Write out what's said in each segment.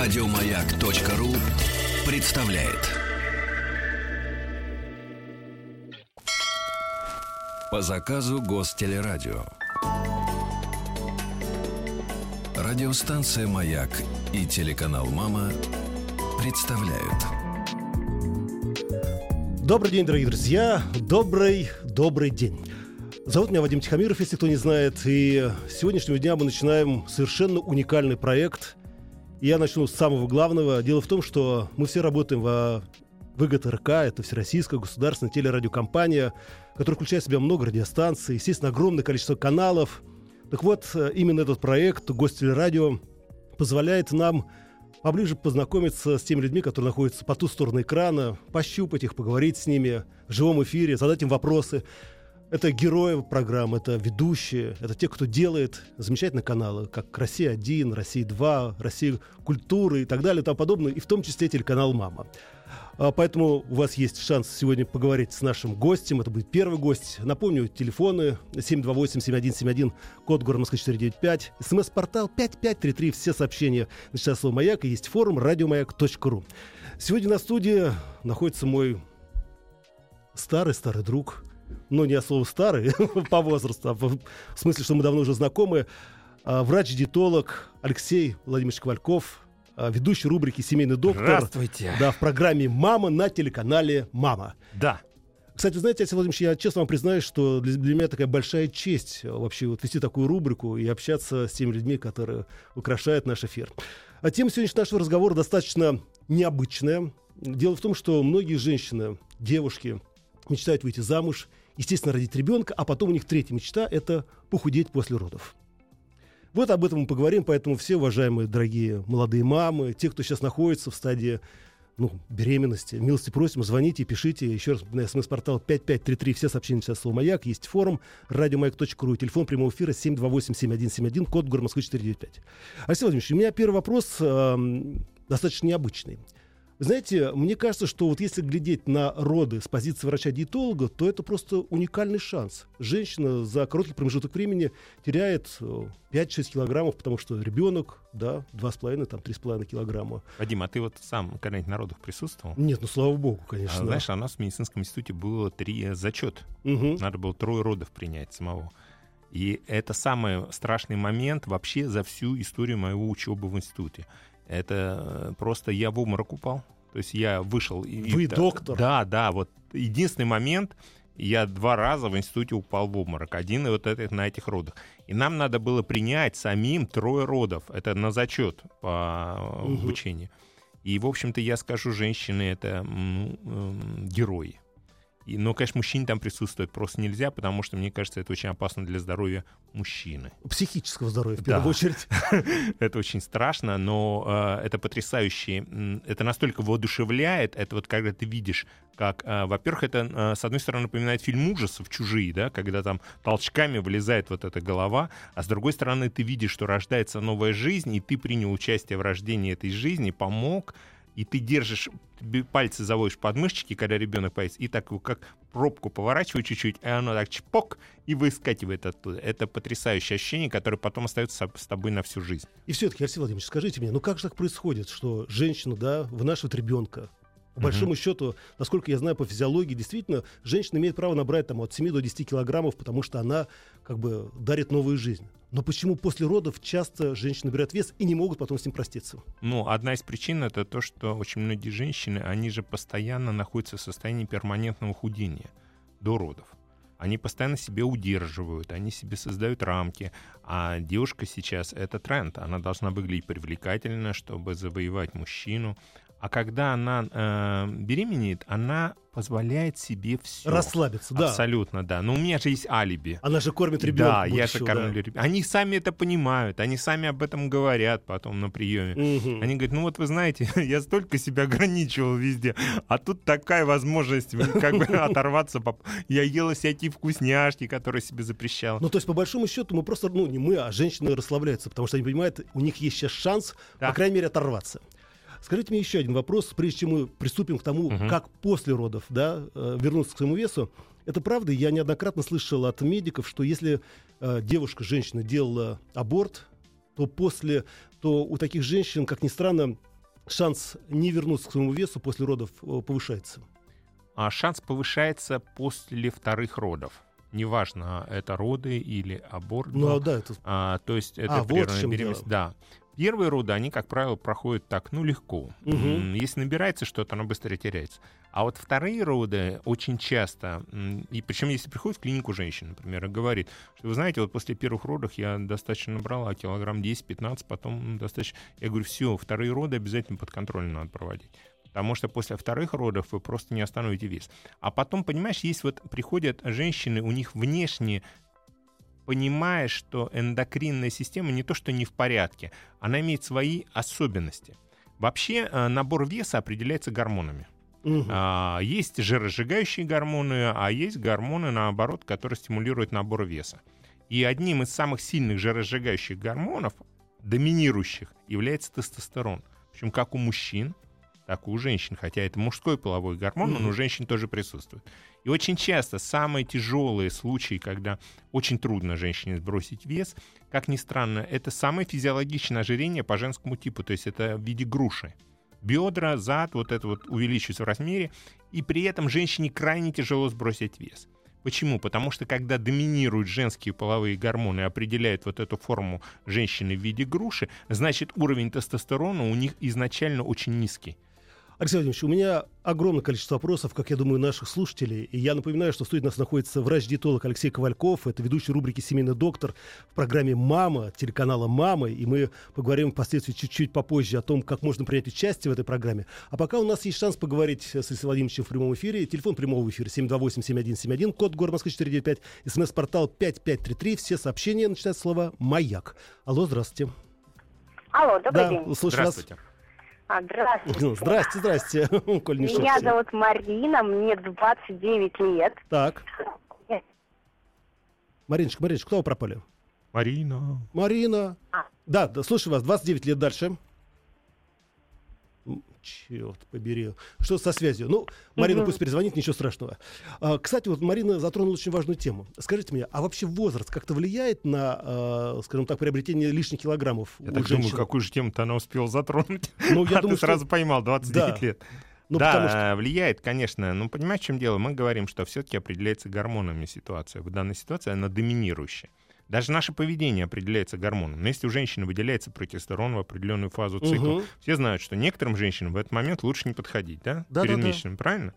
Радиомаяк.ру представляет. По заказу Гостелерадио. Радиостанция «Маяк» и телеканал «Мама» представляют. Добрый день, дорогие друзья. Добрый день. Зовут меня Вадим Тихомиров, если кто не знает. И с сегодняшнего дня мы начинаем совершенно уникальный проект. И я начну с самого главного. Дело в том, что мы все работаем в ВГТРК, это Всероссийская государственная телерадиокомпания, которая включает в себя много радиостанций, естественно, огромное количество каналов. Так вот, именно этот проект Гостелерадио позволяет нам поближе познакомиться с теми людьми, которые находятся по ту сторону экрана, пощупать их, поговорить с ними в живом эфире, задать им вопросы. Это герои программы, это ведущие, это те, кто делает замечательные каналы, как «Россия-1», «Россия-2», «Россия культуры» и так далее, и тому подобное, и в том числе телеканал «Мама». Поэтому у вас есть шанс сегодня поговорить с нашим гостем. Это будет первый гость. Напомню, телефоны 728-7171, код города Москвы 495, СМС-портал 5533, все сообщения начиная с слова «Маяк», и есть форум радиомаяк.ру. Сегодня на студии находится мой старый друг, но не от слова «старый» по возрасту, а в смысле, что мы давно уже знакомы, врач-диетолог Алексей Владимирович Ковальков, ведущий рубрики «Семейный доктор». Здравствуйте. Да, в программе «Мама» на телеканале «Мама». Да. Кстати, знаете, Алексей Владимирович, я честно вам признаюсь, что для меня такая большая честь вообще вот вести такую рубрику и общаться с теми людьми, которые украшают наш эфир. А тема сегодняшнего нашего разговора достаточно необычная. Дело в том, что многие женщины, девушки, мечтают выйти замуж, естественно, родить ребенка, а потом у них третья мечта — это похудеть после родов. Вот об этом мы поговорим, поэтому все уважаемые, дорогие молодые мамы, те, кто сейчас находится в стадии беременности, милости просим, звоните, пишите. Еще раз на СМС-портал 5533, все сообщения сейчас слово «Маяк». Есть форум радиомаяк.ру, телефон прямого эфира 728-7171, код города Москвы 495. Алексей Владимирович, у меня первый вопрос достаточно необычный. Вы знаете, мне кажется, что вот если глядеть на роды с позиции врача-диетолога, то это просто уникальный шанс. Женщина за короткий промежуток времени теряет 5-6 килограммов, потому что ребенок, 2,5, 3,5 килограмма. Вадим, а ты вот сам когда-нибудь на родах присутствовал? Нет, слава богу, конечно. Знаешь, у нас в медицинском институте было 3 зачет. Угу. Надо было 3 родов принять самого. И это самый страшный момент вообще за всю историю моего учебы в институте. Это просто я в обморок упал. То есть я вышел... Вы доктор? Да. Вот единственный момент, я 2 раза в институте упал в обморок. Один вот на этих родах. И нам надо было принять самим 3 родов. Это на зачет по обучению. И, в общем-то, я скажу, женщины — это герои. Но, конечно, мужчине там присутствовать просто нельзя, потому что, мне кажется, это очень опасно для здоровья мужчины. Психического здоровья, в первую очередь. Это очень страшно, но это потрясающе. Это настолько воодушевляет. Это вот когда ты видишь, как... Во-первых, это, с одной стороны, напоминает фильм ужасов «Чужие», да, когда там толчками вылезает вот эта голова, а с другой стороны, ты видишь, что рождается новая жизнь, и ты принял участие в рождении этой жизни, помог, и ты держишь, пальцы заводишь под мышечки, когда ребенок появится, и так как пробку поворачиваю чуть-чуть, и оно так чпок и выскакивает оттуда. Это потрясающее ощущение, которое потом остается с тобой на всю жизнь. И все-таки, Алексей Владимирович, скажите мне, как же так происходит, что женщина, вынашивает ребенка? По большому счету, насколько я знаю по физиологии, действительно, женщина имеет право набрать от 7 до 10 килограммов, потому что она дарит новую жизнь. Но почему после родов часто женщины берут вес и не могут потом с ним проститься? Одна из причин — это то, что очень многие женщины, они же постоянно находятся в состоянии перманентного худения до родов. Они постоянно себя удерживают, они себе создают рамки. А девушка сейчас — это тренд. Она должна выглядеть привлекательно, чтобы завоевать мужчину. А когда она беременеет, она позволяет себе все. Расслабиться, да. Абсолютно, да. Но у меня же есть алиби. Она же кормит ребенка. Да, я же кормлю ребенка. Они сами это понимают, они сами об этом говорят потом на приеме. Они говорят, вы знаете, я столько себя ограничивал везде, а тут такая возможность оторваться. Я ела всякие вкусняшки, которые себе запрещал. То есть, по большому счету, мы просто, не мы, а женщины расслабляются, потому что они понимают, у них есть сейчас шанс, по крайней мере, оторваться. Скажите мне еще один вопрос, прежде чем мы приступим к тому, как после родов вернуться к своему весу. Это правда, я неоднократно слышал от медиков, что если девушка, женщина делала аборт, то у таких женщин, как ни странно, шанс не вернуться к своему весу после родов повышается? Шанс повышается после вторых родов. Неважно, это роды или аборт. Да, это... То есть это прерывная вот беременность. Да. Первые роды, они, как правило, проходят так, легко. Если набирается что-то, оно быстро теряется. А вот вторые роды очень часто, и причем если приходит в клинику женщина, например, и говорит, что вы знаете, вот после первых родов я достаточно набрала, килограмм 10-15, потом достаточно... Я говорю, все, вторые роды обязательно под контролем надо проводить. Потому что после вторых родов вы просто не остановите вес. А потом, понимаешь, приходят женщины, у них внешне, понимая, что эндокринная система не то что не в порядке, она имеет свои особенности. Вообще набор веса определяется гормонами. Есть жиросжигающие гормоны, а есть гормоны, наоборот, которые стимулируют набор веса. И одним из самых сильных жиросжигающих гормонов, доминирующих, является тестостерон. Причем как у мужчин, так и у женщин. Хотя это мужской половой гормон, но у женщин тоже присутствует. И очень часто самые тяжелые случаи, когда очень трудно женщине сбросить вес, как ни странно, это самое физиологичное ожирение по женскому типу, то есть это в виде груши. Бедра, зад, вот это вот увеличивается в размере, и при этом женщине крайне тяжело сбросить вес. Почему? Потому что когда доминируют женские половые гормоны и определяют вот эту форму женщины в виде груши, значит уровень тестостерона у них изначально очень низкий. Алексей Владимирович, у меня огромное количество вопросов, как я думаю, наших слушателей. И я напоминаю, что в студии у нас находится врач-диетолог Алексей Ковальков. Это ведущий рубрики «Семейный доктор» в программе «Мама», телеканала «Мама». И мы поговорим впоследствии чуть-чуть попозже о том, как можно принять участие в этой программе. А пока у нас есть шанс поговорить с Алексеем Владимировичем в прямом эфире. Телефон прямого эфира 728-7171, код город Москвы 495, смс-портал 5533. Все сообщения начинают с слова «Маяк». Алло, здравствуйте. Алло, добрый день. Слушаю вас. Здравствуйте. Здрасте, Коль Нишевский. Меня зовут Марина, мне 29 лет. Так. Мариночка, куда вы пропали? Марина. Да, слушаю вас, 29 лет дальше. Черт побери. Что со связью? Ну, Марина пусть перезвонит, ничего страшного. Кстати, вот Марина затронула очень важную тему. Скажите мне, а вообще возраст как-то влияет на, скажем так, приобретение лишних килограммов Я у так женщин? думаю, какую же тему-то она успела затронуть. Ну, я думаю, ты сразу поймал, 29 лет. Ну, да, влияет, конечно. Ну, понимаешь, в чем дело? Мы говорим, что все-таки определяется гормонами ситуация. В данной ситуации она доминирующая. Даже наше поведение определяется гормоном. Но если у женщины выделяется протестерон в определенную фазу цикла, все знают, что некоторым женщинам в этот момент лучше не подходить, да? Перед месячными, правильно?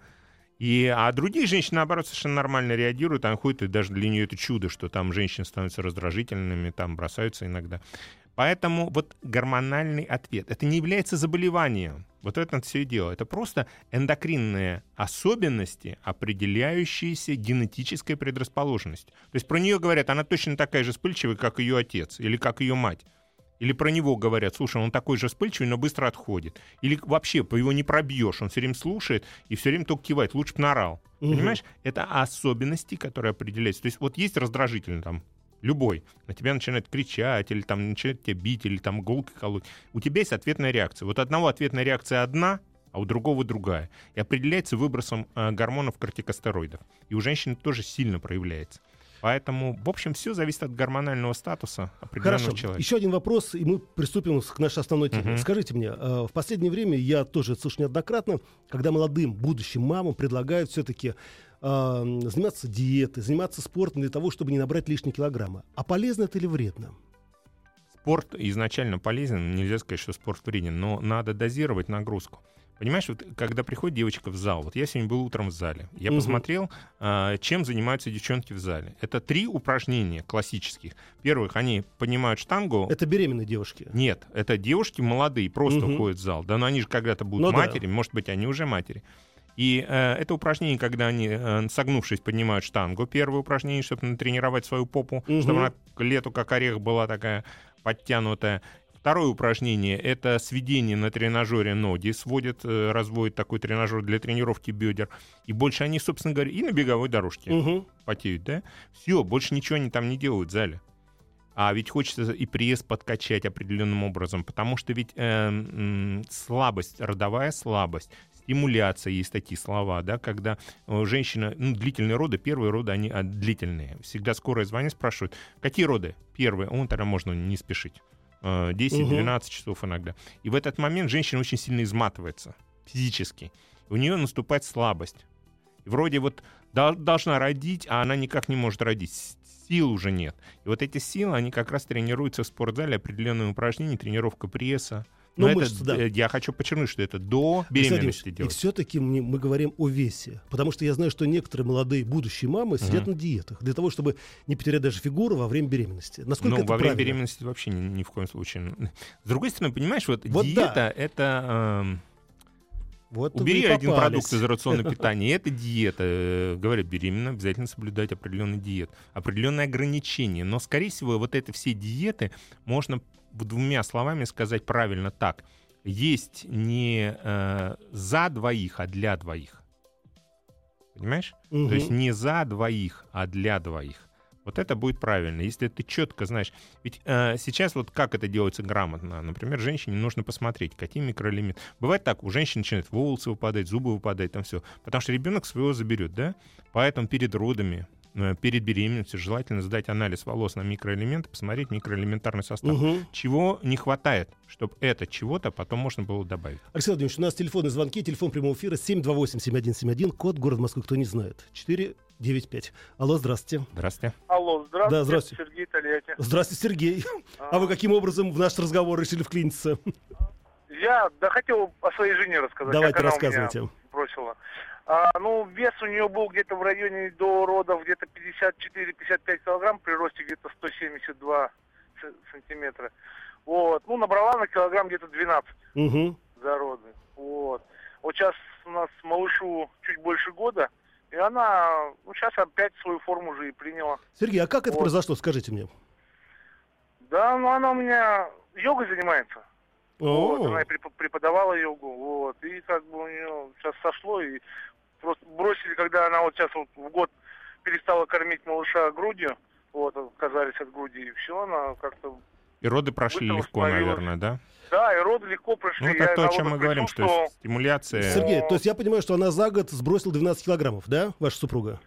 А другие женщины, наоборот, совершенно нормально реагируют, там ходят, и даже для нее это чудо, что там женщины становятся раздражительными, там бросаются иногда. Поэтому вот гормональный ответ, это не является заболеванием. Вот это все и дело. Это просто эндокринные особенности, определяющиеся генетической предрасположенностью. То есть про нее говорят, она точно такая же вспыльчивая, как ее отец или как ее мать. Или про него говорят, слушай, он такой же вспыльчивый, но быстро отходит. Или вообще его не пробьешь, он все время слушает и все время только кивает, лучше бы наорал. Понимаешь? Это особенности, которые определяются. То есть вот есть раздражительный там, любой, на тебя начинает кричать, или там начинает тебя бить, или там иголкой колоть. У тебя есть ответная реакция. Вот одного ответная реакция одна, а у другого другая. И определяется выбросом гормонов кортикостероидов. И у женщин тоже сильно проявляется. Поэтому, в общем, все зависит от гормонального статуса определенного человека. Еще один вопрос, и мы приступим к нашей основной теме. Скажите мне, в последнее время я тоже слышу неоднократно, когда молодым будущим мамам предлагают все-таки заниматься диетой, заниматься спортом для того, чтобы не набрать лишние килограммы. А полезно это или вредно? Спорт изначально полезен, нельзя сказать, что спорт вреден, но надо дозировать нагрузку. Понимаешь, вот когда приходит девочка в зал, вот я сегодня был утром в зале, я посмотрел, чем занимаются девчонки в зале. Это 3 упражнения классических. Первых, они поднимают штангу. Это беременные девушки? Нет, это девушки молодые, просто ходят в зал. Да, но они же когда-то будут матерями, может быть, они уже матери. И это упражнение, когда они, согнувшись, поднимают штангу. Первое упражнение, чтобы натренировать свою попу, чтобы она к лету, как орех, была такая подтянутая. Второе упражнение — это сведение на тренажере ноги. Сводят, разводят такой тренажер для тренировки бедер. И больше они, собственно говоря, и на беговой дорожке потеют, да? Все, больше ничего они там не делают в зале. А ведь хочется и пресс подкачать определенным образом, потому что ведь слабость, родовая слабость, стимуляция, есть такие слова, да, когда женщина, длительные роды, первые роды, они длительные. Всегда скорая звонит, спрашивают, какие роды? Первые, тогда можно не спешить. 10-12 часов иногда. И в этот момент женщина очень сильно изматывается физически. У нее наступает слабость. И вроде вот должна родить, а она никак не может родить. Сил уже нет. И вот эти силы, они как раз тренируются в спортзале, определенные упражнения, тренировка пресса. Но мышцы, да. Я хочу подчеркнуть, что это до беременности делать. И все-таки мы говорим о весе. Потому что я знаю, что некоторые молодые будущие мамы сидят на диетах для того, чтобы не потерять даже фигуру во время беременности. Насколько это во время правильно? беременности вообще ни в коем случае. С другой стороны, понимаешь, вот диета да. Это... убери один продукт из рациона питания, это диета. Говорят, беременна, обязательно соблюдать определенный диет, определенные ограничения. Но, скорее всего, вот это все диеты можно двумя словами сказать правильно так. Есть не за двоих, а для двоих. Понимаешь? То есть не за двоих, а для двоих. Вот это будет правильно, если ты четко знаешь. Ведь сейчас вот как это делается грамотно. Например, женщине нужно посмотреть, какие микроэлементы. Бывает так, у женщин начинают волосы выпадать, зубы выпадать, там все. Потому что ребенок своего заберет, да? Поэтому перед родами, перед беременностью желательно сдать анализ волос на микроэлементы, посмотреть микроэлементарный состав. Чего не хватает, чтобы это чего-то потом можно было добавить. Алексей Владимирович, у нас телефонные звонки, телефон прямого эфира 728-7171, код город Москвы, кто не знает, 495. Алло, здравствуйте. Здравствуйте. Алло, здравствуйте. Да, здравствуйте. Сергей, Тольятти. Здравствуйте, Сергей. А вы каким образом в наш разговор решили вклиниться? Я хотел о своей жене рассказать. Давайте, рассказывайте. Меня бросила. Вес у нее был где-то в районе до родов где-то 54-55 килограмм, при росте где-то 172 сантиметра. Вот. Набрала на килограмм где-то 12 за роды. Вот сейчас у нас малышу чуть больше года, и она сейчас опять свою форму уже и приняла. Сергей, а как это произошло, скажите мне? Да, она у меня йогой занимается. Она преподавала йогу, и как бы у нее сейчас сошло, и просто бросили, когда она сейчас в год перестала кормить малыша грудью, отказались от груди, и все, она как-то... И роды прошли легко, наверное, да? Да, и роды легко прошли. Это то, о чем мы говорим, что стимуляция... Сергей, то есть я понимаю, что она за год сбросила 12 килограммов, да, ваша супруга?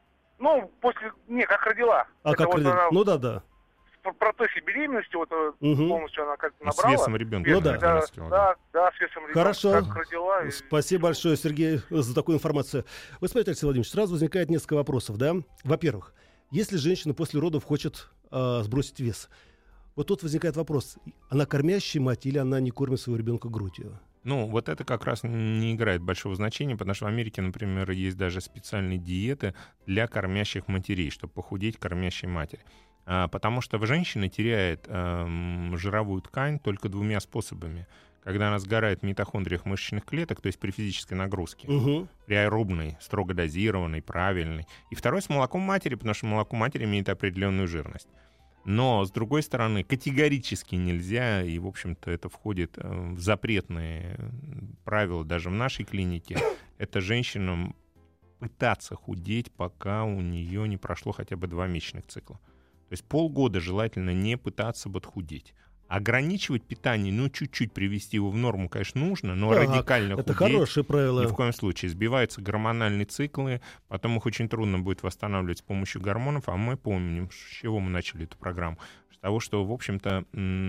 Как родила. Как родила? Да. В процессе беременности полностью она как-то набрала. С весом ребенка. Да, с весом ребенка. Хорошо. Как родила. Спасибо большое, Сергей, за такую информацию. Вы смотрите, Алексей Владимирович, сразу возникает несколько вопросов, да? Во-первых, если женщина после родов хочет сбросить вес, вот тут возникает вопрос, она кормящая мать или она не кормит своего ребенка грудью? Вот это как раз не играет большого значения, потому что в Америке, например, есть даже специальные диеты для кормящих матерей, чтобы похудеть кормящей матери. Потому что женщина теряет жировую ткань только двумя способами. Когда она сгорает в митохондриях мышечных клеток, то есть при физической нагрузке, при аэробной, строго дозированной, правильной. И второй с молоком матери, потому что молоко матери имеет определенную жирность. Но, с другой стороны, категорически нельзя, и, в общем-то, это входит в запретные правила даже в нашей клинике, это женщинам пытаться худеть, пока у нее не прошло хотя бы 2 месячных цикла. То есть полгода желательно не пытаться худеть. Ограничивать питание, чуть-чуть привести его в норму, конечно, нужно, но радикально это худеть хорошее правило. Ни в коем случае. Сбиваются гормональные циклы, потом их очень трудно будет восстанавливать с помощью гормонов, а мы помним, с чего мы начали эту программу. С того, что, в общем-то,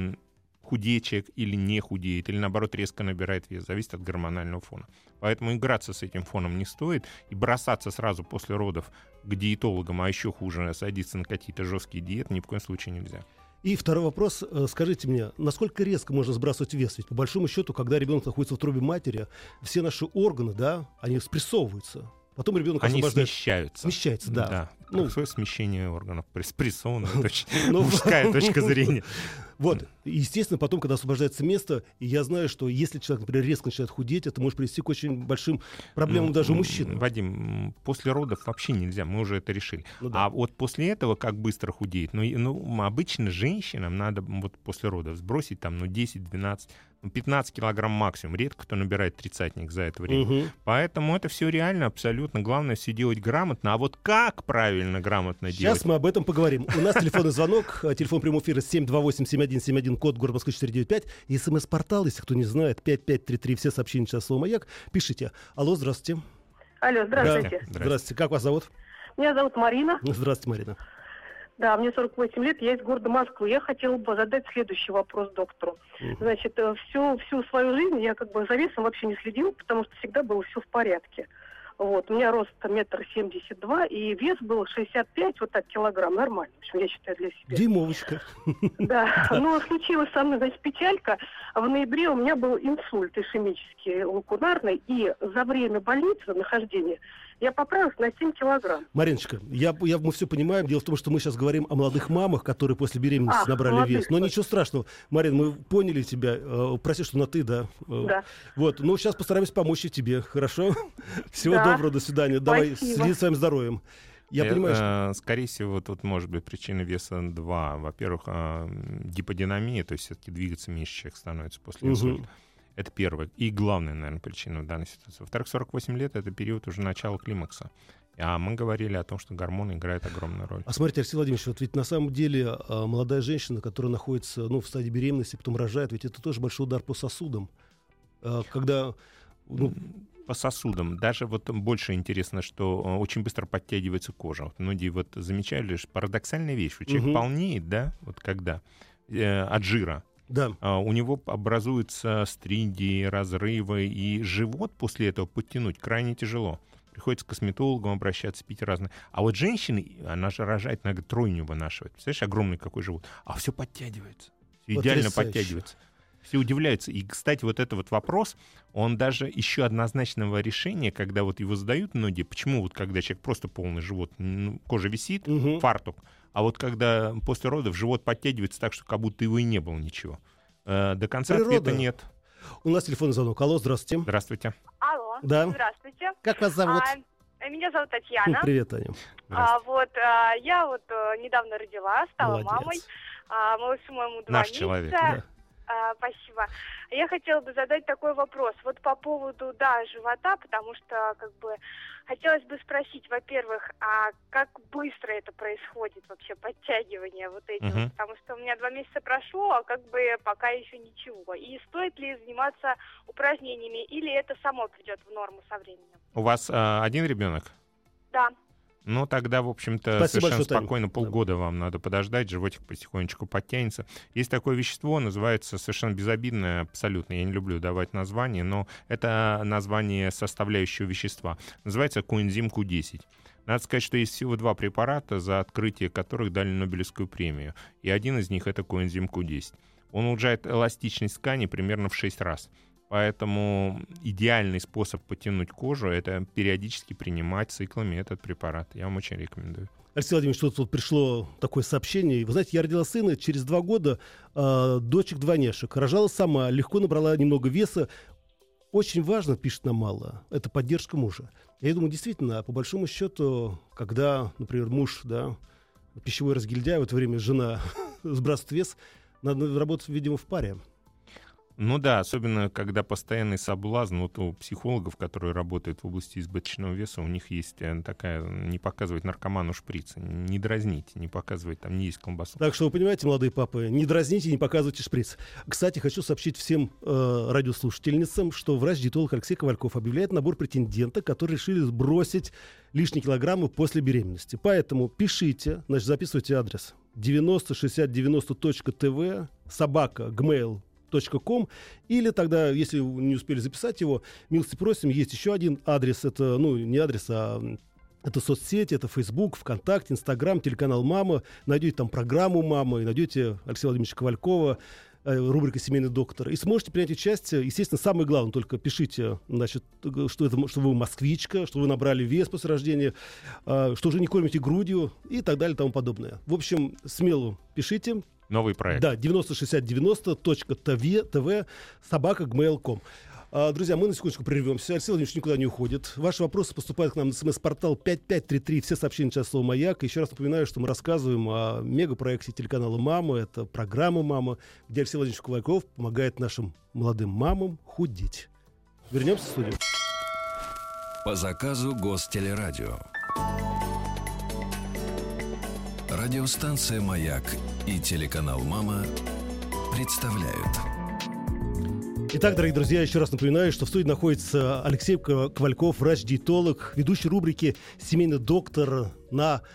худеет человек или не худеет, или, наоборот, резко набирает вес, зависит от гормонального фона. Поэтому играться с этим фоном не стоит, и бросаться сразу после родов к диетологам, а еще хуже, садиться на какие-то жесткие диеты ни в коем случае нельзя. И второй вопрос. Скажите мне, насколько резко можно сбрасывать вес? Ведь по большому счету, когда ребенок находится в утробе матери, все наши органы, они спрессовываются. Потом ребенок освобождает. Смещается, да. Какое смещение органов? Спрессованное, мужская точка зрения. Естественно, потом, когда освобождается место, и я знаю, что если человек, например, резко начинает худеть, это может привести к очень большим проблемам даже у мужчин. Вадим, после родов вообще нельзя, мы уже это решили. А вот после этого как быстро худеет? Обычно женщинам надо после родов сбросить 10-12, 15 килограмм максимум. Редко кто набирает 30-ник за это время. Поэтому это все реально, абсолютно. Главное все делать грамотно. А вот как правильно грамотно делать? Сейчас мы об этом поговорим. У нас телефонный звонок, телефон прямого эфира 728-7171, код город Москвы 495. И смс-портал, если кто не знает, 5533, все сообщения сейчас слово «Маяк». Пишите. Алло, здравствуйте. Алло, здравствуйте. Здравствуйте. Как вас зовут? Меня зовут Марина. Здравствуйте, Марина. Да, мне 48 лет, я из города Москвы. Я хотела бы задать следующий вопрос доктору. Значит, всю свою жизнь я как бы за весом вообще не следила, потому что всегда было все в порядке. Вот, у меня рост 1,72 м, и вес был 65 вот так килограмм, нормально, в общем, я считаю, для себя. Дюймовочка. Да, но случилась со мной, значит, печалька. В ноябре у меня был инсульт ишемический, лакунарный, и за время больницы, нахождения, я поправилась на 7 килограмм. Мариночка, мы все понимаем. Дело в том, что мы сейчас говорим о молодых мамах, которые после беременности набрали вес. Но ничего страшного. Марин, мы поняли тебя. Прости, что на «ты», да? Да. Вот, ну сейчас постараемся помочь и тебе, хорошо? Всего доброго, до свидания. Давай, следи за своим здоровьем. Я понимаю, что... Скорее всего, тут может быть причина веса 2. Во-первых, гиподинамия, то есть все-таки двигаться меньше человек становится после инсульта. Это первая и главная, наверное, причина в данной ситуации. Во-вторых, 48 лет — это период уже начала климакса. А мы говорили о том, что гормоны играют огромную роль. А смотрите, Алексей Владимирович, вот ведь на самом деле молодая женщина, которая находится в стадии беременности, потом рожает, ведь это тоже большой удар по сосудам. Когда... По сосудам. Даже вот больше интересно, что очень быстро подтягивается кожа. Вот многие вот замечали, что парадоксальная вещь. Человек полнеет, да, вот когда, от жира. Да. У него образуются стриги, разрывы, и живот после этого подтянуть крайне тяжело. Приходится к косметологам обращаться, пить разные. А вот женщины, она же рожает, иногда тройню вынашивает. Представляешь, огромный какой живот. А все подтягивается. Все идеально подтягивается. Все удивляются. И, кстати, вот этот вот вопрос, он даже еще однозначного решения, когда вот его задают многие, почему вот когда человек просто полный живот, кожа висит, фартук, а вот когда после родов живот подтягивается так, что как будто его и не было ничего. До конца ответа нет. У нас телефонный звонок. Алло, здравствуйте. Здравствуйте. Алло, да. Здравствуйте. Как вас зовут? Меня зовут Татьяна. Привет, Таня. Я недавно родила, стала мамой. Малышу моему 2 Наш месяца. Человек, да. Спасибо. Я хотела бы задать такой вопрос. Вот по поводу, живота, потому что, хотелось бы спросить, во-первых, а как быстро это происходит вообще, подтягивание вот этим? Потому что у меня 2 месяца прошло, а пока еще ничего. И стоит ли заниматься упражнениями, или это само придет в норму со временем? У вас один ребенок? Да. Ну, тогда, в общем-то, совершенно спокойно, полгода вам надо подождать, животик потихонечку подтянется. Есть такое вещество, называется совершенно безобидное, абсолютно, я не люблю давать название, но это название составляющего вещества. Называется коэнзим Q10. Надо сказать, что есть всего 2 препарата, за открытие которых дали Нобелевскую премию. И один из них — это коэнзим Q10. Он улучшает эластичность ткани примерно в 6 раз. Поэтому идеальный способ потянуть кожу — это периодически принимать циклами этот препарат. Я вам очень рекомендую. Алексей Владимирович, тут пришло такое сообщение. Вы знаете, я родила сына, через 2 года дочек-двойняшек. Рожала сама, легко набрала немного веса. Очень важно, пишет нам Алла, это поддержка мужа. Я думаю, действительно, по большому счету, когда, например, муж, пищевой разгильдяй, в это время жена сбрасывает вес, надо работать, видимо, в паре. Ну да, особенно когда постоянный соблазн. Вот у психологов, которые работают в области избыточного веса, у них есть такая, не показывать наркоману шприц, не дразнить, не показывать, там не есть колбасу. Так что вы понимаете, молодые папы, не дразните, не показывайте шприц. Кстати, хочу сообщить всем радиослушательницам, что врач-диетолог Алексей Ковальков объявляет набор претенденток, которые решили сбросить лишние килограммы после беременности. Поэтому пишите, записывайте адрес 906090.tv @gmail.com. Или тогда, если вы не успели записать его, милости просим, есть еще один адрес. Это, не адрес, а это соцсети, это Facebook, ВКонтакте, Инстаграм, телеканал «Мама». Найдете там программу «Мама», и найдете Алексея Владимировича Ковалькова, рубрика «Семейный доктор». И сможете принять участие. Естественно, самое главное, только пишите, что вы москвичка, что вы набрали вес после рождения, что уже не кормите грудью и так далее и тому подобное. В общем, смело пишите. Новый проект. Да, 906090.tv @gmail.com. Друзья, мы на секундочку прервемся. Алексей Владимирович никуда не уходит. Ваши вопросы поступают к нам на смс-портал 5533. Все сообщения через слово «Маяк». Еще раз напоминаю, что мы рассказываем о мегапроекте телеканала «Мама». Это программа «Мама», где Алексей Владимирович Ковальков помогает нашим молодым мамам худеть. Вернемся в студию. По заказу Гостелерадио. Радиостанция «Маяк» и телеканал «Мама» представляют. Итак, дорогие друзья, еще раз напоминаю, что в студии находится Алексей Ковальков, врач-диетолог, ведущий рубрики «Семейный доктор» на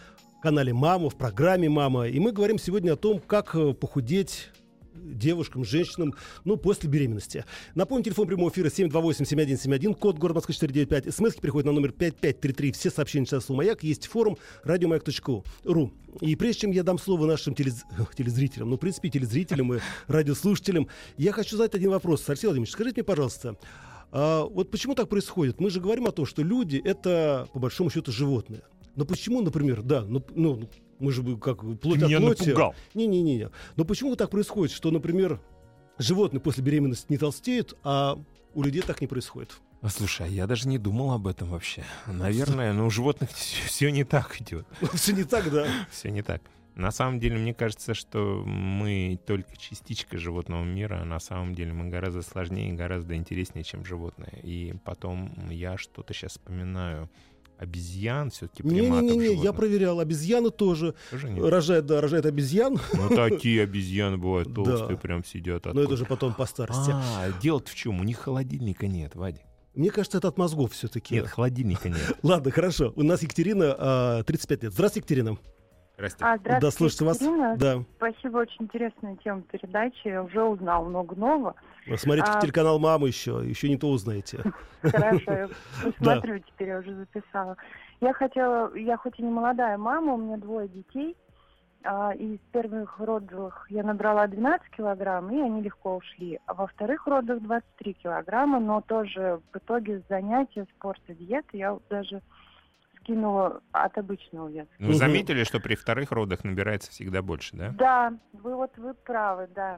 канале «Мама», в программе «Мама». И мы говорим сегодня о том, как похудеть девушкам, женщинам, после беременности. Напомню, телефон прямого эфира 728-7171, код города Москвы 495. СМСки приходят на номер 5533. Все сообщения часу «Маяк». Есть форум радиомаяк.ру. И прежде чем я дам слово нашим телезрителям, в принципе, телезрителям и радиослушателям, я хочу задать один вопрос. Алексей Владимирович, скажите мне, пожалуйста, вот почему так происходит? Мы же говорим о том, что люди — это, по большому счету, животные. Но почему, например, мы же как плоть от плоти. Напугал. Не. Но почему так происходит, что, например, животные после беременности не толстеют, а у людей так не происходит? Слушай, я даже не думал об этом вообще. Наверное, у животных все не так идет. Все не так, да? Все не так. На самом деле, мне кажется, что мы только частичка животного мира, а на самом деле мы гораздо сложнее и гораздо интереснее, чем животные. И потом я что-то сейчас вспоминаю. Обезьян, все-таки приматов. Не, я проверял. Обезьяны тоже рожают обезьян. Такие обезьяны бывают толстые, прям сидят. Но это же потом по старости. Дело-то в чем? У них холодильника нет, Вадик. Мне кажется, это от мозгов все-таки. Нет, холодильника нет. Ладно, хорошо. У нас Екатерина, 35 лет. Здравствуйте, Екатерина. Здравствуйте, да, слушайте Екатерина. вас. Да. Спасибо, очень интересная тема передачи. Я уже узнал много нового. Смотрите телеканал «Мама» еще не то узнаете. Хорошо, я посмотрю теперь, я уже записала. Я хоть и не молодая мама, у меня 2 детей. И в первых родах я набрала 12 килограмм, и они легко ушли. А во вторых родах 23 килограмма, но тоже в итоге занятия, спорта, диеты я даже скинула от обычного веса. Вы заметили, что при вторых родах набирается всегда больше, да? Да, вы правы, да.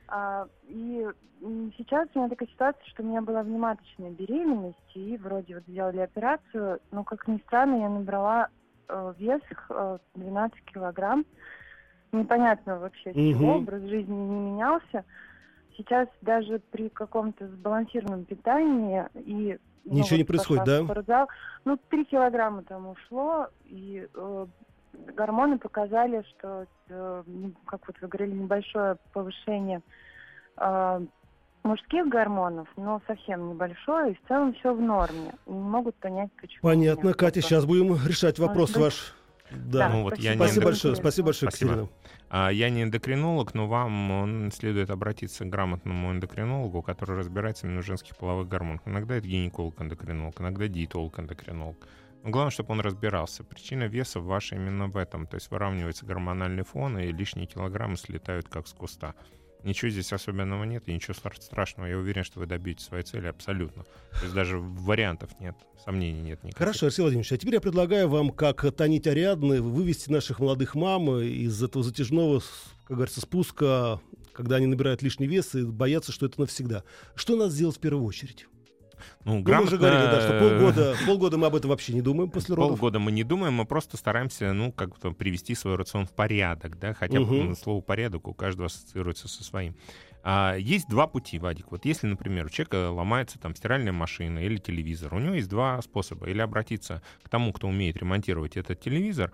И сейчас у меня такая ситуация, что у меня была внематочная беременность, и вроде сделали операцию, но, как ни странно, я набрала вес 12 килограмм. Непонятно вообще, с чего, образ жизни не менялся. Сейчас даже при каком-то сбалансированном питании и... Ничего не происходит, да? Спортзал, 3 килограмма там ушло, и гормоны показали, что, как вот вы говорили, небольшое повышение мужских гормонов, но совсем небольшое, и в целом все в норме. И не могут понять, почему. Понятно, Катя, сейчас будем решать вопрос ваш. Да. Спасибо большое, Екатерина. Я не эндокринолог, но вам следует обратиться к грамотному эндокринологу, который разбирается именно в женских половых гормонах. Иногда это гинеколог-эндокринолог, иногда диетолог-эндокринолог. Но главное, чтобы он разбирался. Причина веса ваша именно в этом. То есть выравнивается гормональный фон, и лишние килограммы слетают как с куста. Ничего здесь особенного нет, и ничего страшного. Я уверен, что вы добьетесь своей цели абсолютно. То есть даже вариантов нет, сомнений нет никаких. Хорошо, Алексей Владимирович, а теперь я предлагаю вам, как Танит Ариадны, вывести наших молодых мам из этого затяжного, как говорится, спуска, когда они набирают лишний вес и боятся, что это навсегда. Что надо сделать в первую очередь? Мы уже говорили, да, что полгода мы об этом вообще не думаем после родов. Полгода мы не думаем, мы просто стараемся, как-то привести свой рацион в порядок, да, хотя слово «порядок» у каждого ассоциируется со своим. Есть 2 пути, Вадик. Вот если, например, у человека ломается там стиральная машина или телевизор, у него есть 2 способа. Или обратиться к тому, кто умеет ремонтировать этот телевизор,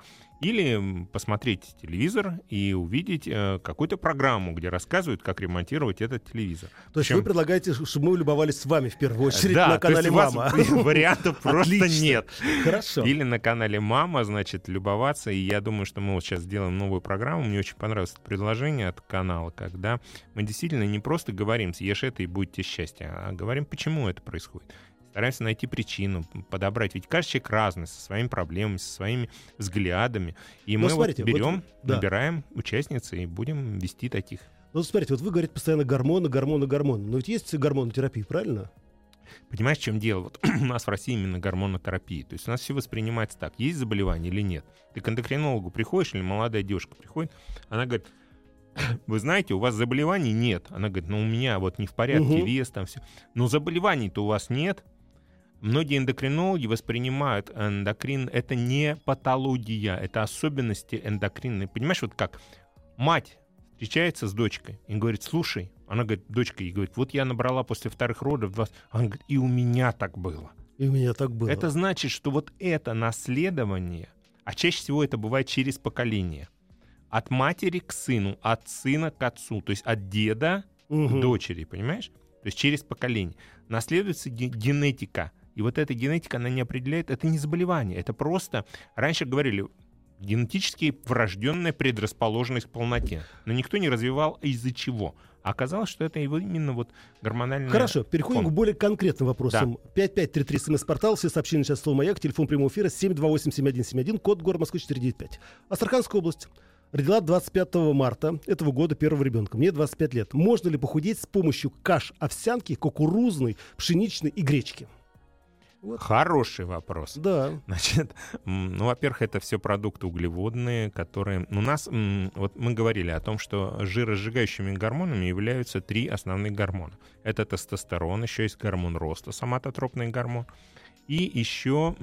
или посмотреть телевизор и увидеть какую-то программу, где рассказывают, как ремонтировать этот телевизор. То есть вы предлагаете, чтобы мы любовались с вами в первую очередь на канале «Мама». Вариантов просто нет. Хорошо. Или на канале «Мама», значит, любоваться. И я думаю, что мы вот сейчас сделаем новую программу. Мне очень понравилось это предложение от канала, когда мы действительно не просто говорим «съешь это и будете счастье», а говорим, почему это происходит. Стараемся найти причину, подобрать. Ведь каждый человек разный, со своими проблемами, со своими взглядами. И мы берем, набираем участниц и будем вести таких. Смотрите, вот вы говорите постоянно гормоны. Но ведь есть гормонотерапия, правильно? Понимаешь, в чем дело? Вот у нас в России именно гормонотерапия. То есть у нас все воспринимается так. Есть заболевание или нет? Ты к эндокринологу приходишь, или молодая девушка приходит, она говорит: вы знаете, у вас заболеваний нет. Она говорит: у меня вот не в порядке вес, там все. Но заболеваний-то у вас нет. Многие эндокринологи воспринимают эндокрин, это не патология, это особенности эндокринной. Понимаешь, вот как мать встречается с дочкой и говорит: слушай, она говорит, дочка ей говорит: вот я набрала после вторых родов 20. Она говорит: и у меня так было. Это значит, что вот это наследование, а чаще всего это бывает через поколение. От матери к сыну, от сына к отцу, то есть от деда к дочери, понимаешь? То есть через поколение. Наследуется генетика. И вот эта генетика, она не определяет, это не заболевание, это просто, раньше говорили, Генетически врожденная предрасположенность к полноте. Но никто не развивал из-за чего. А оказалось, что это именно вот гормональный Хорошо, переходим фон. к более конкретным вопросам. Да. 5533 СМС-портал, все сообщения сейчас слово «Маяк», телефон прямого эфира 728-7171, код города Москвы 495. Астраханская область. Родила 25 марта этого года первого ребенка. Мне 25 лет. Можно ли похудеть с помощью каш овсянки, кукурузной, пшеничной и гречки? Вот. Хороший вопрос. Да. Значит, во-первых, это все продукты углеводные, которые... У нас, вот мы говорили о том, что жиросжигающими гормонами являются 3 основных гормона. Это тестостерон, еще есть гормон роста, соматотропный гормон. И еще,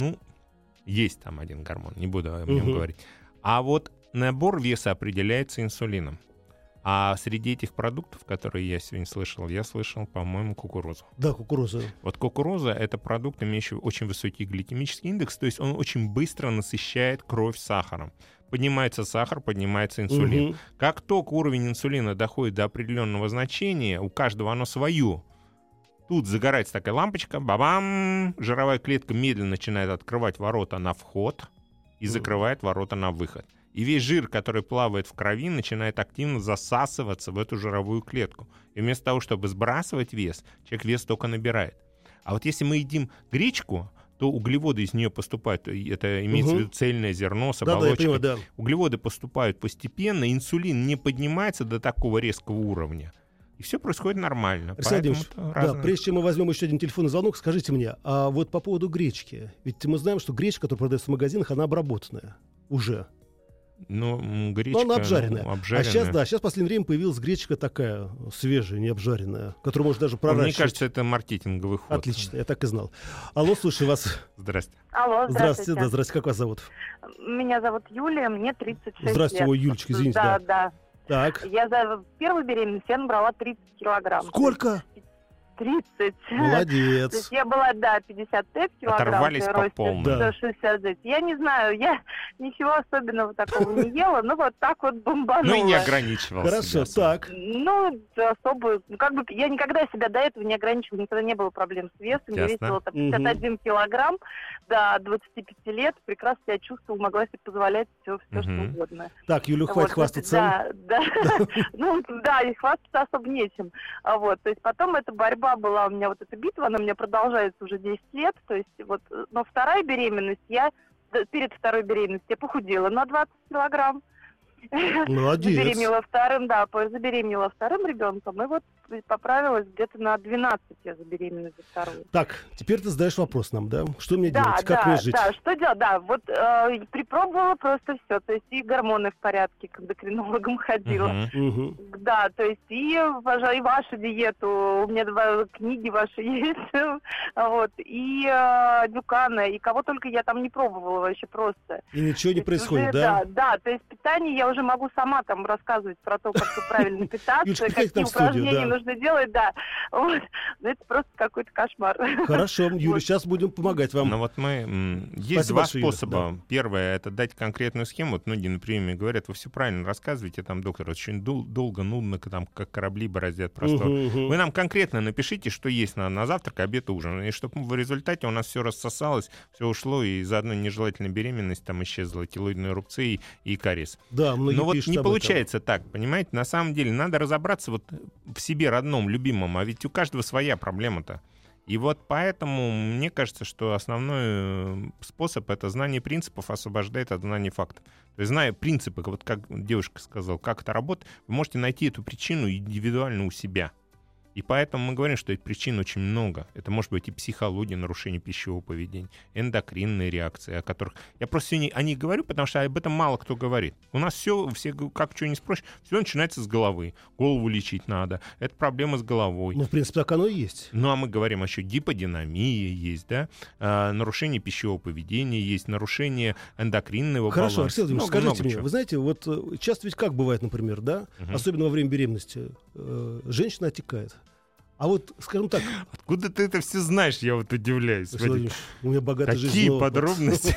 есть там один гормон, не буду о нем говорить. А вот набор веса определяется инсулином. А среди этих продуктов, которые я сегодня слышал, я слышал, по-моему, кукурузу. Да, кукуруза. Вот кукуруза — это продукт, имеющий очень высокий гликемический индекс, то есть он очень быстро насыщает кровь сахаром. Поднимается сахар, поднимается инсулин. Угу. Как только уровень инсулина доходит до определенного значения, у каждого оно свое. Тут загорается такая лампочка, бабам, жировая клетка медленно начинает открывать ворота на вход и закрывает ворота на выход. И весь жир, который плавает в крови, начинает активно засасываться в эту жировую клетку. И вместо того, чтобы сбрасывать вес, человек вес только набирает. А вот если мы едим гречку, то углеводы из нее поступают, это имеется в виду цельное зерно с оболочкой. Да, я понимаю, да. Углеводы поступают постепенно, инсулин не поднимается до такого резкого уровня. И все происходит нормально. Александр Владимирович, да, прежде чем мы возьмем еще один телефонный звонок, скажите мне, а вот по поводу гречки. Ведь мы знаем, что гречка, которая продается в магазинах, она обработанная уже. Гречка, она обжаренная. обжаренная. А сейчас в последнее время появилась гречка такая свежая, не обжаренная, которую можно даже проращивать. Мне кажется, это маркетинговый ход. Отлично, я так и знал. Алло, слушаю вас. Здрасте. Алло, здравствуйте. Да, здрасте. Как вас зовут? Меня зовут Юлия, мне 36 лет. Здравствуйте, ой, Юлечка, извините. Да. Так. Я за первую беременность я набрала 30 килограмм. Сколько? 30. Молодец. То есть я была, 55 килограмм. Оторвались по полной. Да. 169. Я не знаю, я ничего особенного такого не ела, но вот так вот бомбанула. Ну и не ограничивался. Хорошо, так. Особо, я никогда себя до этого не ограничивала, никогда не было проблем с весом. Я весила 51 килограмм до 25 лет, прекрасно себя чувствовала, могла себе позволять все что угодно. Так, Юля, хватит хвастаться. Да, и хвастаться особо нечем. То есть потом эта борьба была у меня, вот эта битва, она у меня продолжается уже 10 лет, то есть но вторая беременность, перед второй беременностью я похудела на 20 килограмм. Молодец. Забеременела вторым ребенком, и вот поправилась где-то на 12 я забеременела за вторую. Так, теперь ты задаешь вопрос нам, да? Что мне делать? Как мне жить? Да, что делать? Да, припробовала просто все, то есть и гормоны в порядке, к эндокринологам ходила. Да, то есть и вашу диету, у меня 2 книги ваши есть, и Дюкана, и кого только я там не пробовала вообще просто. И ничего не происходит, да? Да, то есть питание я уже могу сама там рассказывать про то, как правильно питаться, какие упражнения нужно делать, да. Это просто какой-то кошмар. Хорошо, Юля, сейчас будем помогать вам. Есть 2 способа. Первое — это дать конкретную схему. Многие на приеме говорят, вы все правильно рассказываете, там, доктор, очень долго, нудно, там, как корабли бороздят простор. Вы нам конкретно напишите, что есть на завтрак, обед, ужин. И чтобы в результате у нас все рассосалось, все ушло, и заодно нежелательная беременность, там исчезла, келоидные рубцы и кариес. Да, но вот не получается так, понимаете? На самом деле надо разобраться в себе родном, любимом, а ведь у каждого своя проблема-то. И вот поэтому мне кажется, что основной способ — это знание принципов освобождает от знания фактов. То есть, зная принципы, вот как девушка сказала, как это работает, вы можете найти эту причину индивидуально у себя. И поэтому мы говорим, что причин очень много. Это может быть и психология, нарушение пищевого поведения, эндокринные реакции, о которых я просто сегодня о них говорю, потому что об этом мало кто говорит. У нас все как что ни спросишь, все начинается с головы. Голову лечить надо. Это проблема с головой. Ну, в принципе, так оно и есть. Ну, а мы говорим еще гиподинамия есть, да, нарушение пищевого поведения есть, нарушение эндокринного баланса. Хорошо, Александр Владимирович, скажите мне, вы знаете, вот часто ведь как бывает, например, да, особенно во время беременности, женщина отекает. А вот, скажем так... Откуда ты это все знаешь, я вот удивляюсь. Смотри, у меня богатая жизнь. Такие подробности.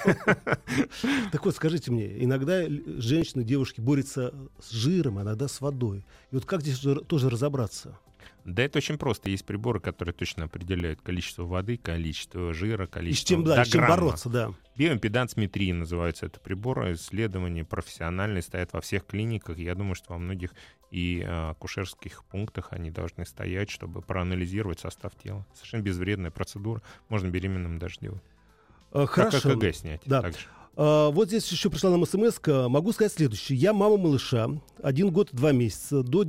Так вот, скажите мне, иногда женщины, девушки борются с жиром, а иногда с водой. И вот как здесь тоже разобраться? Да это очень просто. Есть приборы, которые точно определяют количество воды, количество жира, количество И с чем бороться, да. Биоимпедансметрия называется это прибор. Исследования профессиональные стоят во всех клиниках. Я думаю, что во многих и акушерских пунктах они должны стоять, чтобы проанализировать состав тела. Совершенно безвредная процедура. Можно беременным даже делать. Хорошо. Как ЭКГ снять. Да. Также. Вот здесь еще пришла нам смс-ка. Могу сказать следующее. Я мама малыша. 1 год и 2 месяца. До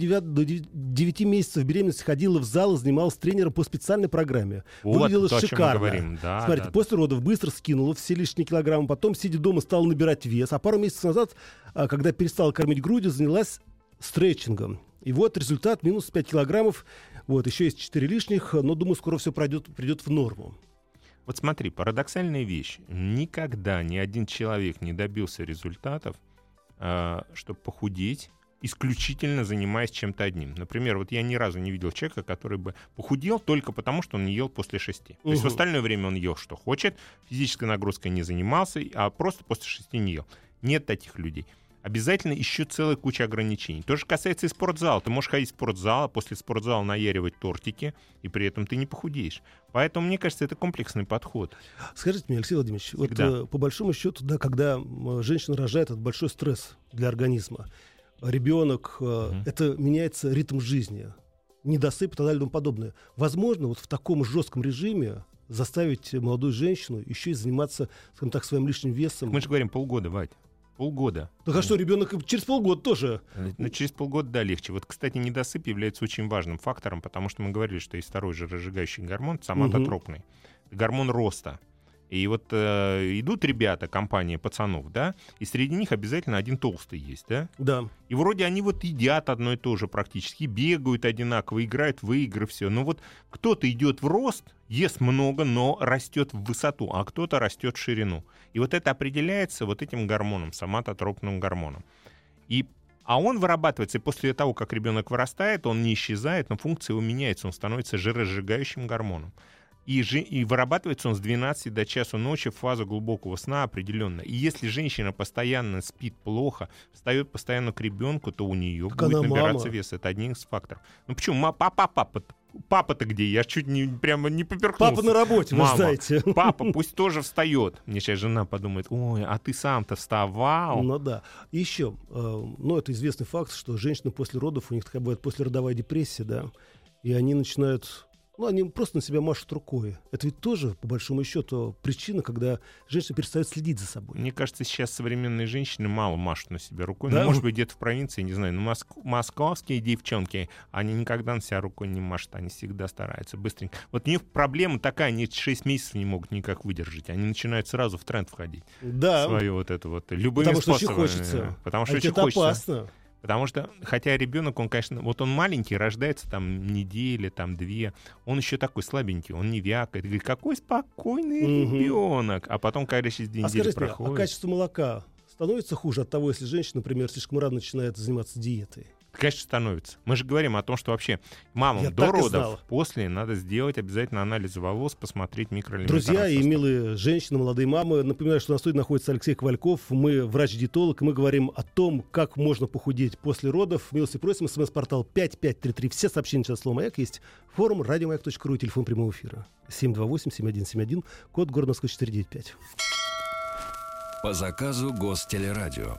9 месяцев беременности ходила в зал и занималась тренером по специальной программе. Выглядела то, шикарно. Да, смотрите, после родов быстро скинула все лишние килограммы. Потом, сидя дома, стала набирать вес. А пару месяцев назад, когда перестала кормить грудью, занялась стретчингом. И вот результат: минус 5 килограммов. Вот, еще есть 4 лишних. Но, думаю, скоро все придет в норму. Вот смотри, парадоксальная вещь. Никогда ни один человек не добился результатов, чтобы похудеть, исключительно занимаясь чем-то одним. Например, вот я ни разу не видел человека, который бы похудел только потому, что он не ел после 6. То есть в остальное время он ел, что хочет, физической нагрузкой не занимался, а просто после 6 не ел. Нет таких людей. Обязательно еще целая куча ограничений. То же касается и спортзала. Ты можешь ходить в спортзал, а после спортзала наяривать тортики, и при этом ты не похудеешь. Поэтому, мне кажется, это комплексный подход. Скажите мне, Алексей Владимирович, вот, по большому счету, да, когда женщина рожает, это большой стресс для организма. Ребенок, это меняется ритм жизни, недосып и так далее и тому подобное. Возможно, вот в таком жестком режиме заставить молодую женщину еще и заниматься, скажем так, своим лишним весом. Мы же говорим полгода, Вадь. Полгода. Так а что, ребенок через полгода тоже? Ну, через полгода, да, легче. Вот, кстати, недосып является очень важным фактором, потому что мы говорили, что есть второй жиросжигающий гормон, соматотропный. Гормон роста. И вот идут ребята, компания пацанов, да, и среди них обязательно один толстый есть, да? Да. И вроде они вот едят одно и то же практически, бегают одинаково, играют в игры, все. Но вот кто-то идет в рост, ест много, но растет в высоту, а кто-то растет в ширину. И вот это определяется вот этим гормоном, соматотропным гормоном. А он вырабатывается, и после того, как ребенок вырастает, он не исчезает, но функция его меняется, он становится жиросжигающим гормоном. И вырабатывается он с 12 до часу ночи в фазу глубокого сна определенно. И если женщина постоянно спит плохо, встает постоянно к ребенку, то у нее так будет набираться мама. вес. Это один из факторов. Ну почему? Папа-то где? Я чуть прямо не поперхнулся. Папа на работе, вы знаете. Папа пусть тоже встает. Мне сейчас жена подумает: ой, а ты сам-то вставал. Ну да. И еще, это известный факт, что женщины после родов, у них такая бывает послеродовая депрессия, да, и они начинают... они просто на себя машут рукой. Это ведь тоже, по большому счету, причина, когда женщина перестает следить за собой. Мне кажется, сейчас современные женщины мало машут на себя рукой. Да? Ну, может быть, где-то в провинции, не знаю. Но московские девчонки, они никогда на себя рукой не машут. Они всегда стараются быстренько. Вот у них проблема такая, они 6 месяцев не могут никак выдержать. Они начинают сразу в тренд входить. Да. Свое вот это вот. Любыми Потому что способами. очень хочется. Потому что а очень это хочется. опасно. Потому что, хотя ребенок, он, конечно, вот он маленький, рождается там недели, там 2, он еще такой слабенький, он не вякает. Говорит, какой спокойный ребенок. А потом, когда через 2 недели проходит... А качество молока становится хуже от того, если женщина, например, слишком рано начинает заниматься диетой? Конечно, становится. Мы же говорим о том, что вообще мамам до родов, после надо сделать обязательно анализы волос, посмотреть микроэлементарный состав. Друзья и милые женщины, молодые мамы, напоминаю, что на студии находится Алексей Ковальков. Мы врач-диетолог, и мы говорим о том, как можно похудеть после родов. Милости просим, смс-портал 5533. Все сообщения сейчас слово «Маяк» есть. Форум радиомаяк.ру, телефон прямого эфира 728-7171, код города Москвы 495. По заказу Гостелерадио.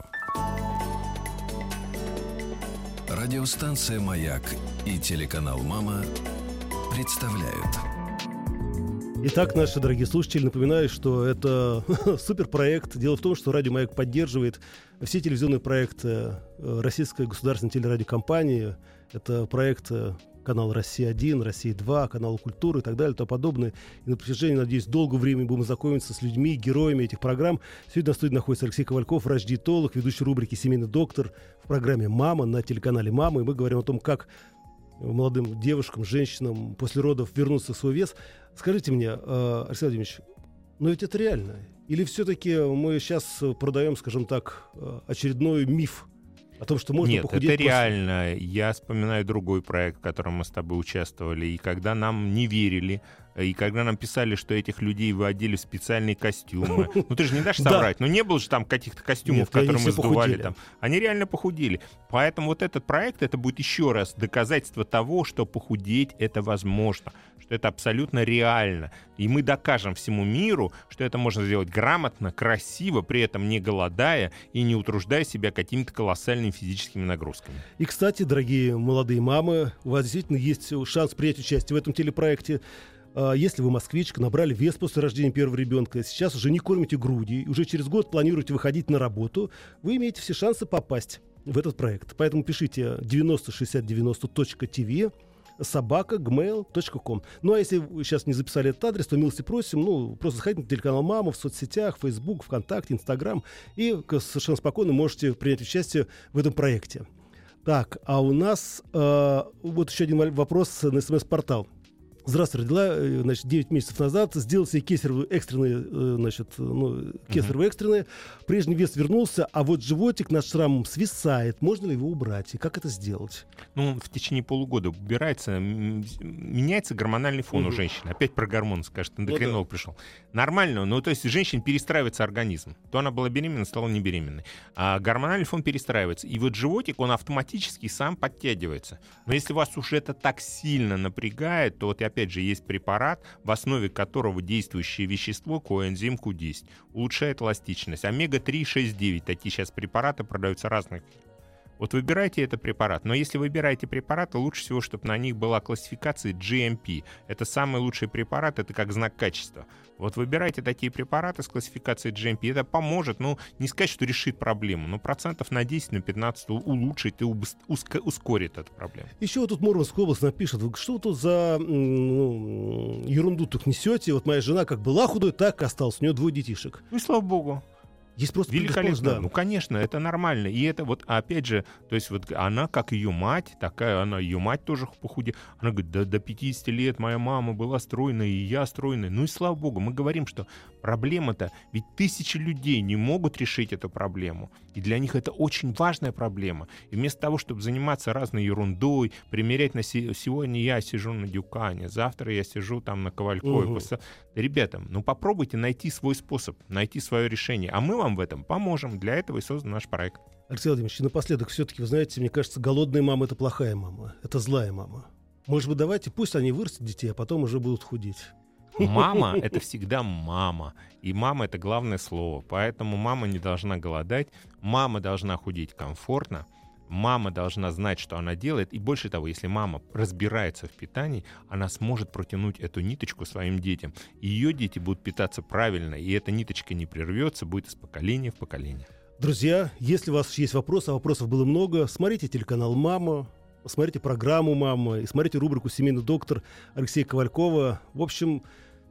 Радиостанция «Маяк» и телеканал «Мама» представляют. Итак, наши дорогие слушатели, напоминаю, что это суперпроект. Дело в том, что Радио «Маяк» поддерживает все телевизионные проекты Российской государственной телерадиокомпании. Это проект канала «Россия-1», «Россия-2», канал «Культура» и так далее и тому подобное. И на протяжении, надеюсь, долгого времени будем знакомиться с людьми, героями этих программ. Сегодня на студии находится Алексей Ковальков, врач-диетолог, ведущий рубрики «Семейный доктор» в программе «Мама» на телеканале «Мама». И мы говорим о том, как молодым девушкам, женщинам после родов вернуться в свой вес. Скажите мне, Алексей Владимирович, но ведь это реально? Или все-таки мы сейчас продаем, скажем так, очередной миф О том, что можно Нет, похудеть это реально. Я вспоминаю другой проект, в котором мы с тобой участвовали, и когда нам не верили, и когда нам писали, что этих людей вы одели в специальные костюмы. Ну ты же не дашь соврать, но не было же там каких-то костюмов, которые мы сдували там. Они реально похудели. Поэтому вот этот проект, это будет еще раз доказательство того, что похудеть это возможно, что это абсолютно реально. И мы докажем всему миру, что это можно сделать грамотно, красиво, при этом не голодая и не утруждая себя какими-то колоссальными физическими нагрузками. И, кстати, дорогие молодые мамы, у вас действительно есть шанс принять участие в этом телепроекте. Если вы москвичка, набрали вес после рождения первого ребенка, сейчас уже не кормите грудью, уже через год планируете выходить на работу, вы имеете все шансы попасть в этот проект. Поэтому пишите 906090.tv @gmail.com. Ну, а если вы сейчас не записали этот адрес, то милости просим, просто заходите на телеканал «Мама» в соцсетях, Facebook, ВКонтакте, Инстаграм, и совершенно спокойно можете принять участие в этом проекте. Так, а у нас вот еще один вопрос на СМС-портал. Здравствуйте, родила, 9 месяцев назад, сделал себе кесарево экстренное, кесарево экстренное, прежний вес вернулся, а вот животик над шрамом свисает, можно ли его убрать, и как это сделать? Ну, в течение полугода убирается, меняется гормональный фон у женщины. Опять про гормоны скажет, эндокринолог пришел. Нормально, то есть женщине перестраивается организм. То она была беременна, стала не беременной. А гормональный фон перестраивается. И вот животик, он автоматически сам подтягивается. Но если вас уж это так сильно напрягает, то вот опять же есть препарат, в основе которого действующее вещество коэнзим Q10 улучшает эластичность. Омега-3, 6, 9. Такие сейчас препараты продаются разных. Вот выбирайте этот препарат. Но если выбираете препараты, лучше всего, чтобы на них была классификация GMP. Это самый лучший препарат, это как знак качества. Вот выбирайте такие препараты с классификацией GMP. Это поможет, не сказать, что решит проблему, но процентов на 10, на 15 улучшит и ускорит эту проблему. Еще вот тут Мурманская область напишет, что тут за ерунду тут несете? Вот моя жена как была худой, так и осталась. У нее 2 детишек. Ну и слава богу. Есть просто великолепно. Да. Конечно, это нормально. И это вот, опять же, то есть вот она, как ее мать, ее мать тоже похудела. Она говорит, до 50 лет моя мама была стройная, и я стройная. Ну и слава богу, мы говорим, что проблема-то, ведь тысячи людей не могут решить эту проблему. И для них это очень важная проблема. И вместо того, чтобы заниматься разной ерундой, примерять сегодня я сижу на Дюкане, завтра я сижу там на Ковалькове. Ребята, попробуйте найти свой способ, найти свое решение. А мы вам в этом поможем. Для этого и создан наш проект. Алексей Владимирович, напоследок, все-таки, вы знаете, мне кажется, голодная мама — это плохая мама. Это злая мама. Может быть, давайте, пусть они вырастят детей, а потом уже будут худеть. Мама — это всегда мама. И мама — это главное слово. Поэтому мама не должна голодать. Мама должна худеть комфортно. Мама должна знать, что она делает. И больше того, если мама разбирается в питании, она сможет протянуть эту ниточку своим детям. И ее дети будут питаться правильно. И эта ниточка не прервется, будет из поколения в поколение. Друзья, если у вас есть вопросы, а вопросов было много, смотрите телеканал «Мама», смотрите программу «Мама» и смотрите рубрику «Семейный доктор» Алексея Ковалькова. В общем...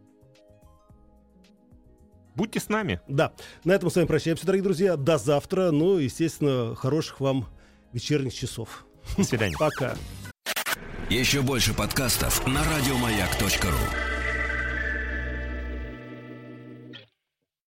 Будьте с нами. Да. На этом мы с вами прощаемся, дорогие друзья. До завтра. Естественно, хороших вам вечерних часов. До свидания. Пока. Еще больше подкастов на радиомаяк.ру.